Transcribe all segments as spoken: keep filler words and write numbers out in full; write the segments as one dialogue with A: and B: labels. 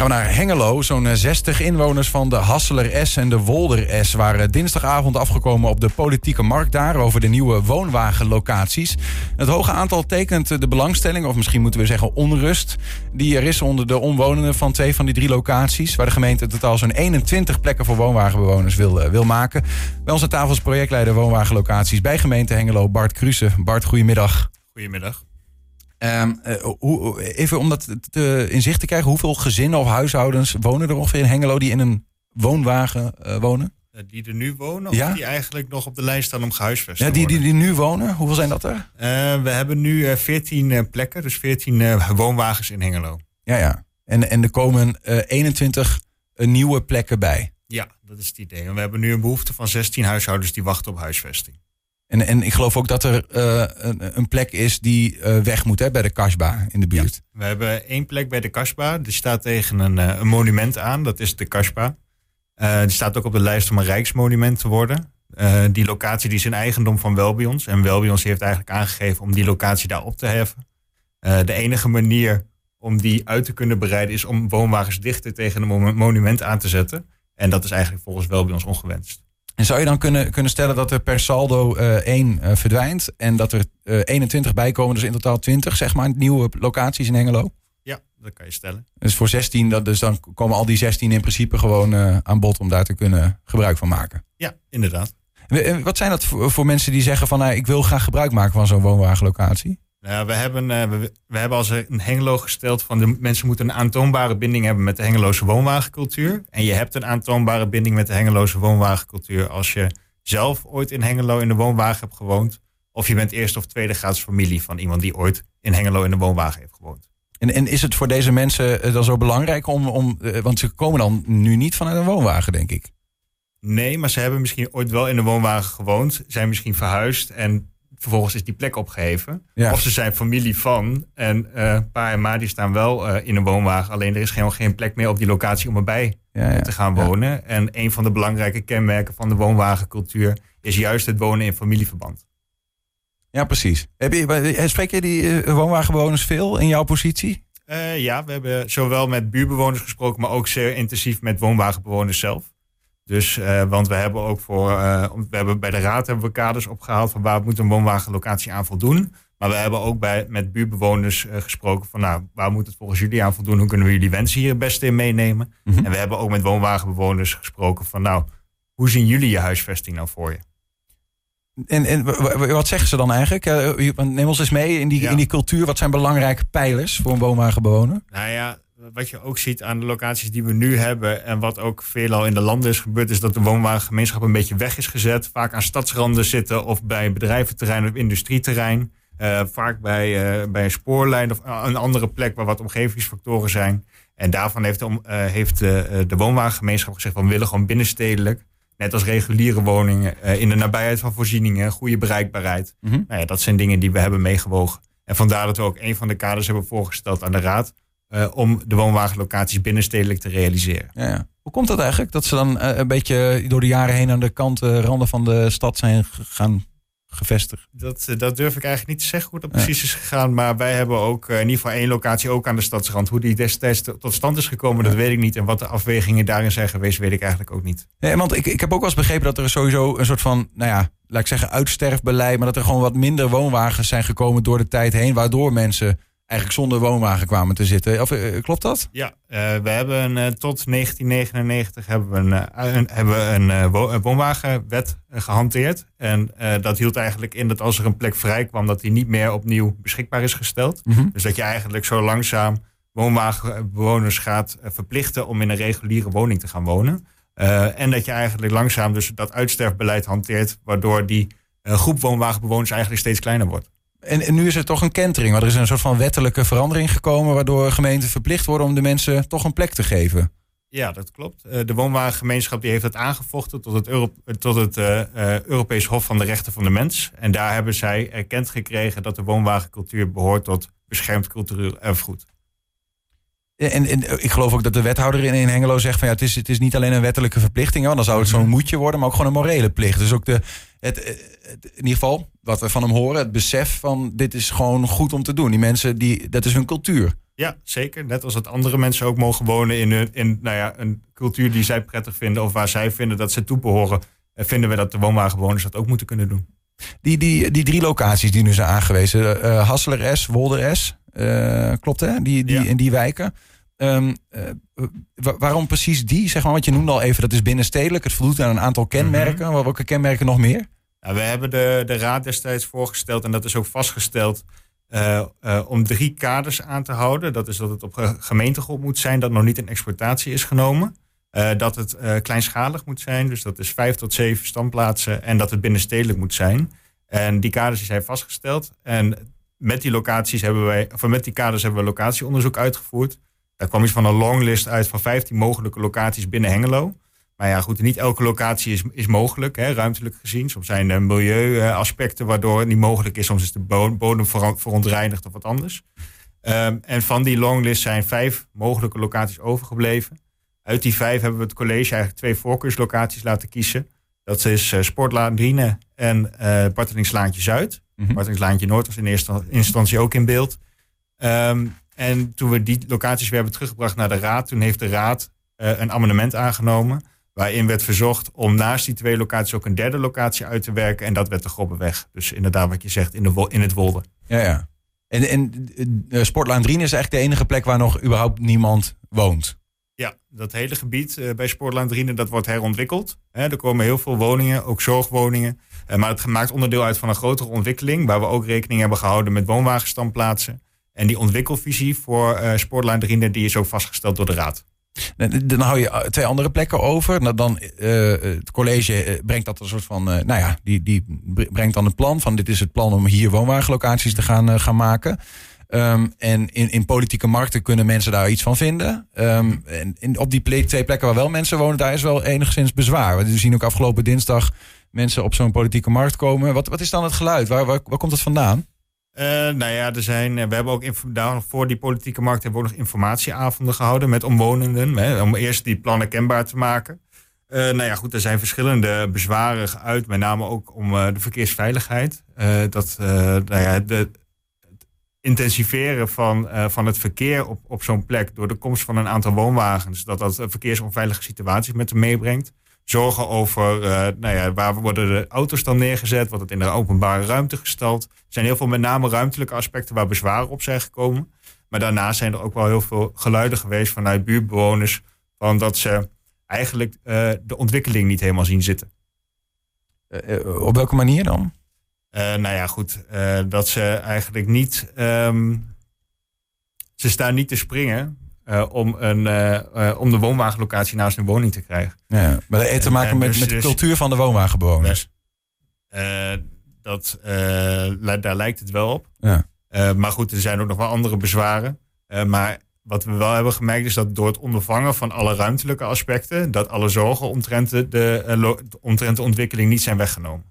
A: gaan we naar Hengelo. Zo'n zestig inwoners van de Hasseler S en de Wolder S waren dinsdagavond afgekomen op de politieke markt daar over de nieuwe woonwagenlocaties. Het hoge aantal tekent de belangstelling, of misschien moeten we zeggen onrust, die er is onder de omwonenden van twee van die drie locaties, waar de gemeente totaal zo'n eenentwintig plekken voor woonwagenbewoners wil, wil maken. Bij ons aan tafel is projectleider woonwagenlocaties bij gemeente Hengelo, Bart Kruse. Bart, goedemiddag.
B: Goedemiddag.
A: Um, uh, hoe, even om dat te, in zicht te krijgen, hoeveel gezinnen of huishoudens wonen er ongeveer in Hengelo die in een woonwagen uh, wonen?
B: Uh, die er nu wonen of
A: ja?
B: die eigenlijk nog op de lijst staan om gehuisvest te
A: ja, die,
B: worden?
A: Die, die nu wonen, hoeveel zijn dat er?
B: Uh, we hebben nu uh, veertien uh, plekken, dus veertien uh, woonwagens in Hengelo.
A: Ja, ja. En, en er komen uh, eenentwintig uh, nieuwe plekken bij.
B: Ja, dat is het idee. En we hebben nu een behoefte van zestien huishoudens die wachten op huisvesting.
A: En, en ik geloof ook dat er uh, een, een plek is die uh, weg moet, hè, bij de Kasbah in de buurt.
B: Ja, we hebben één plek bij de Kasbah. Die staat tegen een, uh, een monument aan, dat is de Kasbah. Uh, die staat ook op de lijst om een rijksmonument te worden. Uh, die locatie die is in eigendom van Welbions. En Welbions heeft eigenlijk aangegeven om die locatie daar op te heffen. Uh, de enige manier om die uit te kunnen bereiden is om woonwagens dichter tegen een monument aan te zetten. En dat is eigenlijk volgens Welbions ongewenst.
A: En zou je dan kunnen, kunnen stellen dat er per saldo uh, één uh, verdwijnt en dat er uh, eenentwintig bijkomen, dus in totaal twintig, zeg maar, nieuwe locaties in Hengelo?
B: Ja, dat kan je stellen.
A: Dus voor zestien, dat, dus dan komen al die zestien in principe gewoon uh, aan bod om daar te kunnen gebruik van maken.
B: Ja, inderdaad.
A: En wat zijn dat voor, voor mensen die zeggen van nou, ik wil graag gebruik maken van zo'n woonwagenlocatie?
B: Nou, we, hebben, uh, we, we hebben als een Hengelo gesteld van de mensen moeten een aantoonbare binding hebben met de Hengeloze woonwagencultuur. En je hebt een aantoonbare binding met de Hengeloze woonwagencultuur als je zelf ooit in Hengelo in de woonwagen hebt gewoond. Of je bent eerste of tweede graads familie van iemand die ooit in Hengelo in de woonwagen heeft gewoond.
A: En, en is het voor deze mensen dan zo belangrijk om, om, want ze komen dan nu niet vanuit een woonwagen, denk ik?
B: Nee, maar ze hebben misschien ooit wel in een woonwagen gewoond, zijn misschien verhuisd en vervolgens is die plek opgeheven. Ja. Of ze zijn familie van. En uh, pa en ma die staan wel uh, in een woonwagen. Alleen er is geen, geen plek meer op die locatie om erbij ja, ja. te gaan wonen. Ja. En een van de belangrijke kenmerken van de woonwagencultuur is juist het wonen in familieverband.
A: Ja, precies. Heb je, spreek je die uh, woonwagenbewoners veel in jouw positie?
B: Uh, ja, we hebben zowel met buurtbewoners gesproken, maar ook zeer intensief met woonwagenbewoners zelf. Dus, uh, want we hebben ook voor, uh, we hebben bij de raad hebben we kaders opgehaald van waar moet een woonwagenlocatie aan voldoen. Maar we hebben ook bij, met buurtbewoners uh, gesproken van nou, waar moet het volgens jullie aan voldoen? Hoe kunnen we jullie wensen hier het beste in meenemen? Mm-hmm. En we hebben ook met woonwagenbewoners gesproken van nou, hoe zien jullie je huisvesting nou voor je?
A: En, en wat zeggen ze dan eigenlijk? Uh, neem ons eens mee in die, ja. in die cultuur. Wat zijn belangrijke pijlers voor een woonwagenbewoner?
B: Nou ja, wat je ook ziet aan de locaties die we nu hebben en wat ook veelal in de landen is gebeurd, is dat de woonwagengemeenschap een beetje weg is gezet. Vaak aan stadsranden zitten of bij bedrijventerrein of industrieterrein. Uh, vaak bij, uh, bij een spoorlijn of een andere plek waar wat omgevingsfactoren zijn. En daarvan heeft de, uh, heeft de, de woonwagengemeenschap gezegd van we willen gewoon binnenstedelijk, net als reguliere woningen, uh, in de nabijheid van voorzieningen, goede bereikbaarheid. Mm-hmm. Nou ja, dat zijn dingen die we hebben meegewogen. En vandaar dat we ook een van de kaders hebben voorgesteld aan de raad. Uh, om de woonwagenlocaties binnenstedelijk te realiseren.
A: Ja, ja. Hoe komt dat eigenlijk? Dat ze dan uh, een beetje door de jaren heen aan de kanten, randen van de stad zijn gaan gevestigd?
B: Dat, uh, dat durf ik eigenlijk niet te zeggen hoe dat ja. precies is gegaan. Maar wij hebben ook uh, in ieder geval één locatie ook aan de stadsrand. Hoe die destijds t- tot stand is gekomen, ja. dat weet ik niet. En wat de afwegingen daarin zijn geweest, weet ik eigenlijk ook niet.
A: Nee, want ik, ik heb ook wel eens begrepen dat er sowieso een soort van, nou ja, laat ik zeggen uitsterfbeleid, maar dat er gewoon wat minder woonwagens zijn gekomen door de tijd heen, waardoor mensen eigenlijk zonder woonwagen kwamen te zitten. Of, uh, klopt dat?
B: Ja, uh, we hebben uh, tot negentien negenennegentig hebben we een, uh, een, hebben we een, uh, wo- een woonwagenwet uh, gehanteerd. En uh, dat hield eigenlijk in dat als er een plek vrij kwam, dat die niet meer opnieuw beschikbaar is gesteld. Mm-hmm. Dus dat je eigenlijk zo langzaam woonwagenbewoners gaat uh, verplichten om in een reguliere woning te gaan wonen. Uh, en dat je eigenlijk langzaam dus dat uitsterfbeleid hanteert, waardoor die uh, groep woonwagenbewoners eigenlijk steeds kleiner wordt.
A: En, en nu is er toch een kentering, want er is een soort van wettelijke verandering gekomen, waardoor gemeenten verplicht worden om de mensen toch een plek te geven.
B: Ja, dat klopt. De woonwagengemeenschap die heeft het aangevochten tot het, Euro- tot het uh, uh, Europees Hof van de Rechten van de Mens. En daar hebben zij erkend gekregen dat de woonwagencultuur behoort tot beschermd cultureel erfgoed.
A: En, en ik geloof ook dat de wethouder in, in Hengelo zegt van ja, het is, het is niet alleen een wettelijke verplichting, want dan zou het zo'n moedje worden, maar ook gewoon een morele plicht. Dus ook de, het, het, in ieder geval, wat we van hem horen, het besef van dit is gewoon goed om te doen. Die mensen, die, dat is hun cultuur.
B: Ja, zeker. Net als dat andere mensen ook mogen wonen in, een, in nou ja, een cultuur die zij prettig vinden of waar zij vinden dat ze toe behoren, vinden we dat de woonwagenbewoners dat ook moeten kunnen doen.
A: Die, die, die drie locaties die nu zijn aangewezen, uh, Hasseler S, Wolder S, uh, klopt hè? Die, die, ja. In die wijken. Um, uh, wa- waarom precies die? Zeg maar, want je noemde al even, dat is binnenstedelijk. Het voldoet aan een aantal kenmerken. Mm-hmm. Welke kenmerken nog meer?
B: Ja, we hebben de, de raad destijds voorgesteld en dat is ook vastgesteld uh, uh, om drie kaders aan te houden. Dat is dat het op gemeentegrond moet zijn, dat nog niet in exploitatie is genomen. Uh, dat het uh, kleinschalig moet zijn, dus dat is vijf tot zeven standplaatsen. En dat het binnenstedelijk moet zijn. En die kaders zijn vastgesteld. En met die locaties hebben wij, of met die kaders hebben we locatieonderzoek uitgevoerd. Daar kwam iets van een longlist uit van vijftien mogelijke locaties binnen Hengelo. Maar ja, goed, niet elke locatie is, is mogelijk, hè, ruimtelijk gezien. Soms zijn er milieuaspecten waardoor het niet mogelijk is. Soms is de bodem verontreinigd of wat anders. Um, en van die longlist zijn vijf mogelijke locaties overgebleven. Uit die vijf hebben we het college eigenlijk twee voorkeurslocaties laten kiezen. Dat is uh, Sportlaan Driene en uh, Bartelingslaantje Zuid. Mm-hmm. Bartelingslaantje Noord was in eerste instantie ook in beeld. Um, en toen we die locaties weer hebben teruggebracht naar de raad, toen heeft de raad uh, een amendement aangenomen waarin werd verzocht om naast die twee locaties ook een derde locatie uit te werken. En dat werd de Grobbenweg. Dus inderdaad wat je zegt, in, de, in het Wolde.
A: Ja, ja. En, en uh, Sportlaan Driene is eigenlijk de enige plek waar nog überhaupt niemand woont.
B: Ja, dat hele gebied uh, bij Sportlaan Driene, dat wordt herontwikkeld. He, er komen heel veel woningen, ook zorgwoningen. Uh, maar het maakt onderdeel uit van een grotere ontwikkeling, waar we ook rekening hebben gehouden met woonwagenstandplaatsen. En die ontwikkelvisie voor uh, Sportlaan Driene, die is ook vastgesteld door de raad.
A: Dan hou je twee andere plekken over. Dan uh, het college brengt dat een soort van, uh, nou ja, die, die brengt dan een plan van dit is het plan om hier woonwagenlocaties te gaan, uh, gaan maken. Um, en in, in politieke markten kunnen mensen daar iets van vinden. Um, en in, op die plek, twee plekken waar wel mensen wonen, daar is wel enigszins bezwaar. We zien ook afgelopen dinsdag mensen op zo'n politieke markt komen. Wat, wat is dan het geluid? Waar, waar, waar komt het vandaan?
B: Uh, nou ja, er zijn, we hebben ook inf- voor die politieke markt hebben we ook nog informatieavonden gehouden met omwonenden. Hè, om eerst die plannen kenbaar te maken. Uh, nou ja, goed, er zijn verschillende bezwaren geuit, met name ook om uh, de verkeersveiligheid. Uh, dat, uh, nou ja, de, het intensiveren van, uh, van het verkeer op, op zo'n plek door de komst van een aantal woonwagens, dat dat verkeersonveilige situaties met zich meebrengt. Zorgen over, uh, nou ja, waar worden de auto's dan neergezet? Wordt het in de openbare ruimte gestald? Er zijn heel veel met name ruimtelijke aspecten waar bezwaren op zijn gekomen. Maar daarnaast zijn er ook wel heel veel geluiden geweest vanuit buurtbewoners van dat ze eigenlijk uh, de ontwikkeling niet helemaal zien zitten.
A: Uh, op welke manier dan?
B: Uh, nou ja, goed. Uh, dat ze eigenlijk niet... Um, ze staan niet te springen Uh, om, een, uh, uh, om de woonwagenlocatie naast hun woning te krijgen.
A: Ja, maar dat heeft te maken met, dus, met de dus, cultuur van de woonwagenbewoners.
B: Uh, dat, uh, daar lijkt het wel op.
A: Ja.
B: Uh, maar goed, er zijn ook nog wel andere bezwaren. Uh, maar wat we wel hebben gemerkt is dat door het ondervangen van alle ruimtelijke aspecten, dat alle zorgen omtrent de, de, uh, lo- omtrent de ontwikkeling niet zijn weggenomen.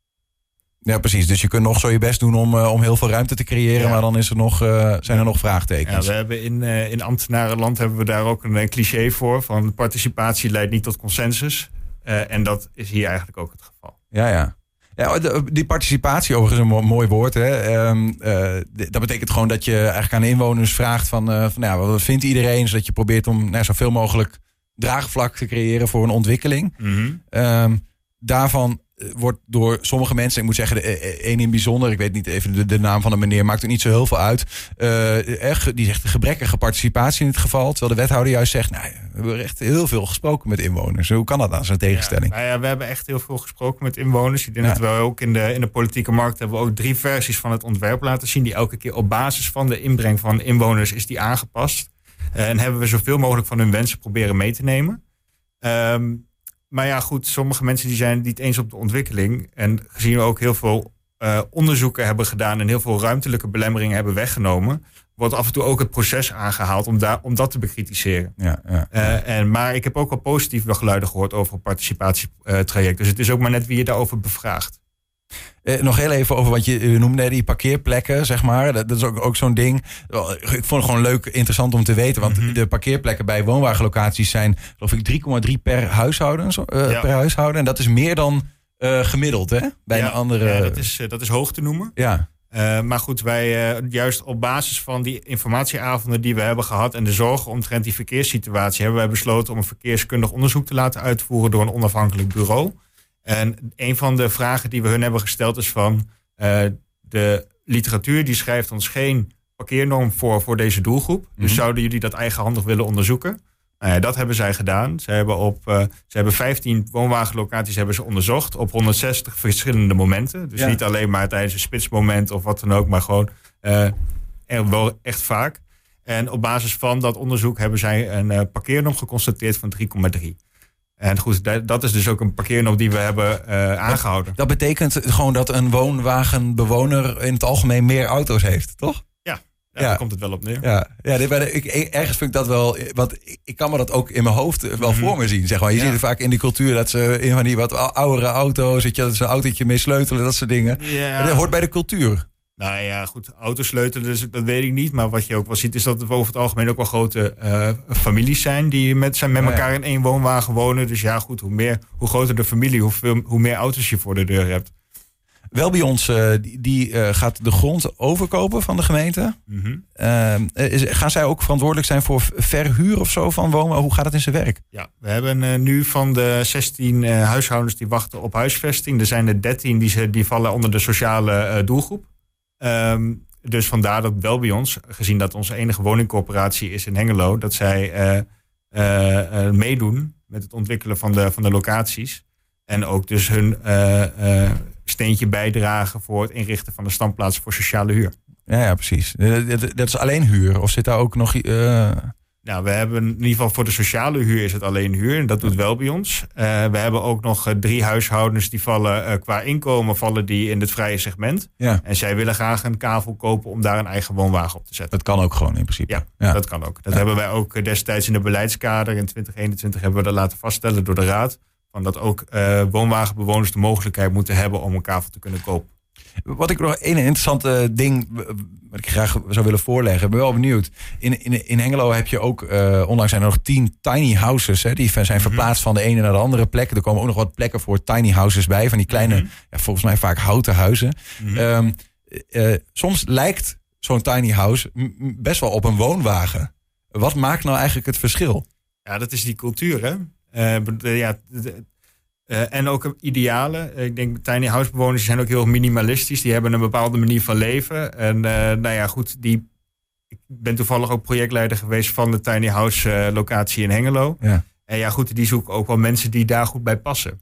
A: Ja, precies. Dus je kunt nog zo je best doen om, uh, om heel veel ruimte te creëren, ja. Maar dan is er nog, uh, zijn er nog vraagtekens.
B: Ja, we hebben in, uh, in ambtenarenland hebben we daar ook een, een cliché voor, van participatie leidt niet tot consensus. Uh, en dat is hier eigenlijk ook het geval.
A: Ja, ja. Ja, de, die participatie overigens een mooi woord. Hè. Um, uh, dat betekent gewoon dat je eigenlijk aan de inwoners vraagt van, uh, van ja, wat vindt iedereen, zodat je probeert om nou, zoveel mogelijk draagvlak te creëren voor een ontwikkeling.
B: Mm-hmm.
A: Um, daarvan wordt door sommige mensen, ik moet zeggen, de één in bijzonder, ik weet niet even de, de naam van de meneer, maakt ook niet zo heel veel uit. Uh, echt, die zegt de gebrekkige participatie in het geval, terwijl de wethouder juist zegt, nou, we hebben echt heel veel gesproken met inwoners. Hoe kan dat nou, zo'n tegenstelling?
B: Ja, nou ja, we hebben echt heel veel gesproken met inwoners. Ik denk
A: ja.
B: dat we ook in de, in de politieke markt hebben we ook drie versies van het ontwerp laten zien, die elke keer op basis van de inbreng van inwoners is die aangepast. Uh, en hebben we zoveel mogelijk van hun wensen proberen mee te nemen. Um, Maar ja, goed, sommige mensen die zijn niet eens op de ontwikkeling. En gezien we ook heel veel uh, onderzoeken hebben gedaan en heel veel ruimtelijke belemmeringen hebben weggenomen, wordt af en toe ook het proces aangehaald om, daar, om dat te bekritiseren.
A: Ja, ja.
B: Uh, en, maar ik heb ook wel positieve geluiden gehoord over het participatietraject. Dus het is ook maar net wie je daarover bevraagt.
A: Uh, nog heel even over wat je uh, noemde, die parkeerplekken, zeg maar. Dat, dat is ook, ook zo'n ding. Ik vond het gewoon leuk, interessant om te weten. Want mm-hmm. de parkeerplekken bij woonwagenlocaties zijn, geloof ik, drie komma drie per huishouden. Uh, ja. per huishouden. En dat is meer dan uh, gemiddeld, hè? Bij
B: ja,
A: een andere...
B: Ja, dat is, uh, dat is hoog te noemen.
A: Ja.
B: Uh, maar goed, wij uh, juist op basis van die informatieavonden die we hebben gehad en de zorgen omtrent die verkeerssituatie, hebben wij besloten om een verkeerskundig onderzoek te laten uitvoeren door een onafhankelijk bureau. En een van de vragen die we hun hebben gesteld is van uh, de literatuur die schrijft ons geen parkeernorm voor voor deze doelgroep. Mm-hmm. Dus zouden jullie dat eigenhandig willen onderzoeken? Nou ja, dat hebben zij gedaan. Ze hebben, op, uh, ze hebben vijftien woonwagenlocaties hebben ze onderzocht op honderdzestig verschillende momenten. Dus ja. niet alleen maar tijdens een spitsmoment of wat dan ook, maar gewoon uh, er wel echt vaak. En op basis van dat onderzoek hebben zij een uh, parkeernorm geconstateerd van drie komma drie. En goed, dat is dus ook een parkeernorm die we hebben uh, aangehouden.
A: Dat betekent gewoon dat een woonwagenbewoner in het algemeen meer auto's heeft, toch?
B: Ja, ja, daar komt het wel op neer.
A: Ja, ja ik, ergens vind ik dat wel. Want ik kan me dat ook in mijn hoofd wel mm-hmm. voor me zien. Zeg maar. Je ja. ziet het vaak in die cultuur dat ze in van die wat oudere auto's, dat je dat ze een autootje mee sleutelen, dat soort dingen. Ja. Dat hoort bij de cultuur.
B: Nou ja, goed, auto's sleutelen, dus dat weet ik niet. Maar wat je ook wel ziet, is dat er over het algemeen ook wel grote uh, families zijn die met, zijn met elkaar ja, ja. in één woonwagen wonen. Dus ja, goed, hoe, meer, hoe groter de familie, hoe, veel, hoe meer auto's je voor de deur hebt.
A: Welbions uh, die, die uh, gaat de grond overkopen van de gemeente. Mm-hmm. Uh, is, gaan zij ook verantwoordelijk zijn voor verhuur of zo van wonen? Hoe gaat het in zijn werk?
B: Ja, we hebben uh, nu van de zestien uh, huishoudens die wachten op huisvesting. Er zijn er dertien die, die vallen onder de sociale uh, doelgroep. Um, dus vandaar dat Welbions, gezien dat onze enige woningcorporatie is in Hengelo, dat zij uh, uh, uh, meedoen met het ontwikkelen van de, van de locaties. En ook dus hun uh, uh, steentje bijdragen voor het inrichten van de standplaats voor sociale huur.
A: Ja, ja, precies. Dat is alleen huur? Of zit daar ook nog... Uh...
B: Nou, we hebben in ieder geval voor de sociale huur is het alleen huur. En dat doet Welbions. Uh, we hebben ook nog uh, drie huishoudens die vallen uh, qua inkomen vallen die in het vrije segment. Ja. En zij willen graag een kavel kopen om daar een eigen woonwagen op te zetten.
A: Dat kan ook gewoon in principe.
B: Ja, ja. dat kan ook. Dat ja. hebben wij ook destijds in de beleidskader in twintig eenentwintig hebben we dat laten vaststellen door de Raad. Van dat ook uh, woonwagenbewoners de mogelijkheid moeten hebben om een kavel te kunnen kopen.
A: Wat ik nog een interessante ding wat ik graag zou willen voorleggen. Ik ben wel benieuwd. In, in, in Hengelo heb je ook, uh, onlangs zijn er nog tien tiny houses. Hè, die zijn mm-hmm. verplaatst van de ene naar de andere plek. Er komen ook nog wat plekken voor tiny houses bij. Van die kleine, mm-hmm. ja, volgens mij vaak houten huizen. Mm-hmm. Um, uh, soms lijkt zo'n tiny house best wel op een woonwagen. Wat maakt nou eigenlijk het verschil?
B: Ja, dat is die cultuur, hè. Uh, ja, de, uh, en ook idealen. Uh, ik denk tiny house bewoners zijn ook heel minimalistisch. Die hebben een bepaalde manier van leven. En uh, nou ja, goed, die, ik ben toevallig ook projectleider geweest van de tiny house uh, locatie in Hengelo. Ja. En ja, goed, die zoeken ook wel mensen die daar goed bij passen.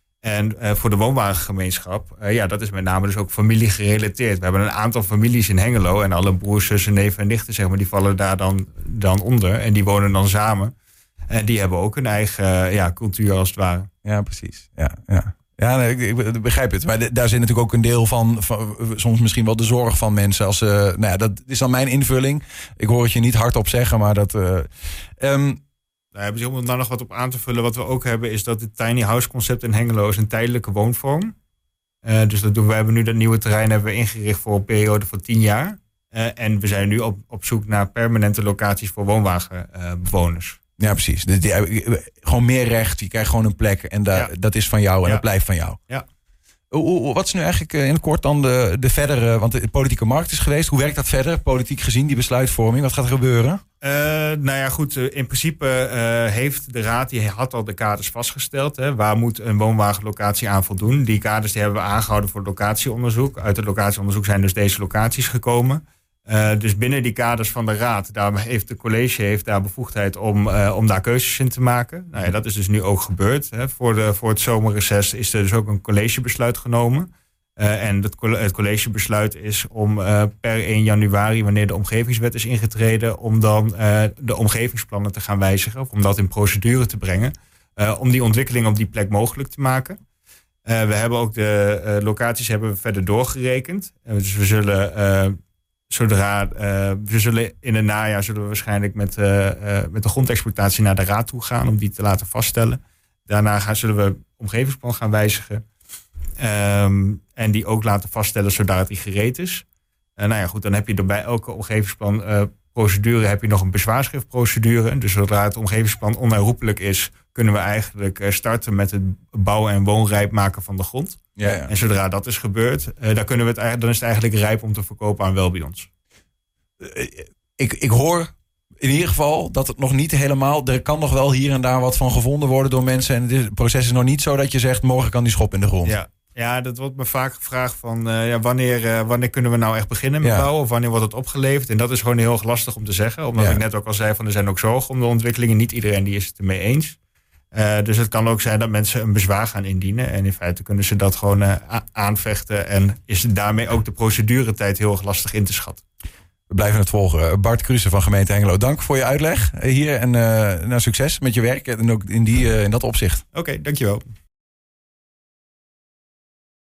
B: En uh, voor de woonwagengemeenschap, uh, ja, dat is met name dus ook familie gerelateerd. We hebben een aantal families in Hengelo en alle broers, zussen, neven en nichten, zeg maar, die vallen daar dan, dan onder. En die wonen dan samen. En die hebben ook een eigen ja, cultuur als het ware.
A: Ja, precies. Ja, ja. Ja, nee, ik, ik begrijp het. Maar de, daar zit natuurlijk ook een deel van, van, soms misschien wel de zorg van mensen. Als, uh, nou ja, dat is dan mijn invulling. Ik hoor het je niet hardop zeggen, maar dat... Uh, um,
B: nou, om daar nog wat op aan te vullen, wat we ook hebben, is dat het tiny house concept in Hengelo is een tijdelijke woonvorm. Uh, dus dat doen we hebben nu dat nieuwe terrein hebben we ingericht voor een periode van tien jaar. Uh, en we zijn nu op, op zoek naar permanente locaties voor woonwagenbewoners. Uh,
A: Ja, precies. Die, die, gewoon meer recht. Je krijgt gewoon een plek en da, ja. dat is van jou en ja. dat blijft van jou.
B: Ja.
A: Hoe, wat is nu eigenlijk in het kort dan de, de verdere... Want de politieke markt is geweest. Hoe werkt dat verder, politiek gezien, die besluitvorming? Wat gaat er gebeuren?
B: Uh, nou ja, goed. In principe uh, heeft de Raad, die had al de kaders vastgesteld. Hè, waar moet een woonwagenlocatie aan voldoen? Die kaders die hebben we aangehouden voor het locatieonderzoek. Uit het locatieonderzoek zijn dus deze locaties gekomen. Uh, dus binnen die kaders van de Raad, daar heeft de college heeft daar bevoegdheid om, uh, om daar keuzes in te maken. Nou ja, dat is dus nu ook gebeurd. Hè. Voor, de, voor het zomerreces is er dus ook een collegebesluit genomen. Uh, en het, het collegebesluit is om uh, per één januari, wanneer de omgevingswet is ingetreden, om dan uh, de omgevingsplannen te gaan wijzigen, of om dat in procedure te brengen, uh, om die ontwikkeling op die plek mogelijk te maken. Uh, we hebben ook de uh, locaties hebben we verder doorgerekend. Uh, dus we zullen... Uh, Zodra uh, we zullen in het najaar zullen we waarschijnlijk met, uh, uh, met de grondexploitatie naar de Raad toe gaan om die te laten vaststellen. Daarna gaan, zullen we het omgevingsplan gaan wijzigen. Um, en die ook laten vaststellen zodra die gereed is. Uh, nou ja, goed, dan heb je er bij elke omgevingsplan uh, procedure heb je nog een bezwaarschriftprocedure. Dus zodra het omgevingsplan onherroepelijk is, kunnen we eigenlijk uh, starten met het bouwen en woonrijp maken van de grond.
A: Ja, ja.
B: En zodra dat is gebeurd, uh, dan, kunnen we het, eigenlijk, dan is het eigenlijk rijp om te verkopen aan Welbions.
A: Uh, ik, ik hoor in ieder geval dat het nog niet helemaal... Er kan nog wel hier en daar wat van gevonden worden door mensen. En het proces is nog niet zo dat je zegt... morgen kan die schop in de grond.
B: Ja, ja dat wordt me vaak gevraagd van... Uh, ja, wanneer, uh, wanneer kunnen we nou echt beginnen met ja. bouwen? Of wanneer wordt het opgeleverd? En dat is gewoon heel erg lastig om te zeggen. Omdat ja. ik net ook al zei, van er zijn ook zorgen om de ontwikkelingen. Niet iedereen die is het ermee eens. Uh, dus het kan ook zijn dat mensen een bezwaar gaan indienen. En in feite kunnen ze dat gewoon uh, aanvechten. En is daarmee ook de proceduretijd heel erg lastig in te schatten.
A: We blijven het volgen. Bart Kruse van gemeente Hengelo, dank voor je uitleg hier. En uh, nou, succes met je werk en ook in, die, uh, in dat opzicht.
B: Oké, okay, dankjewel.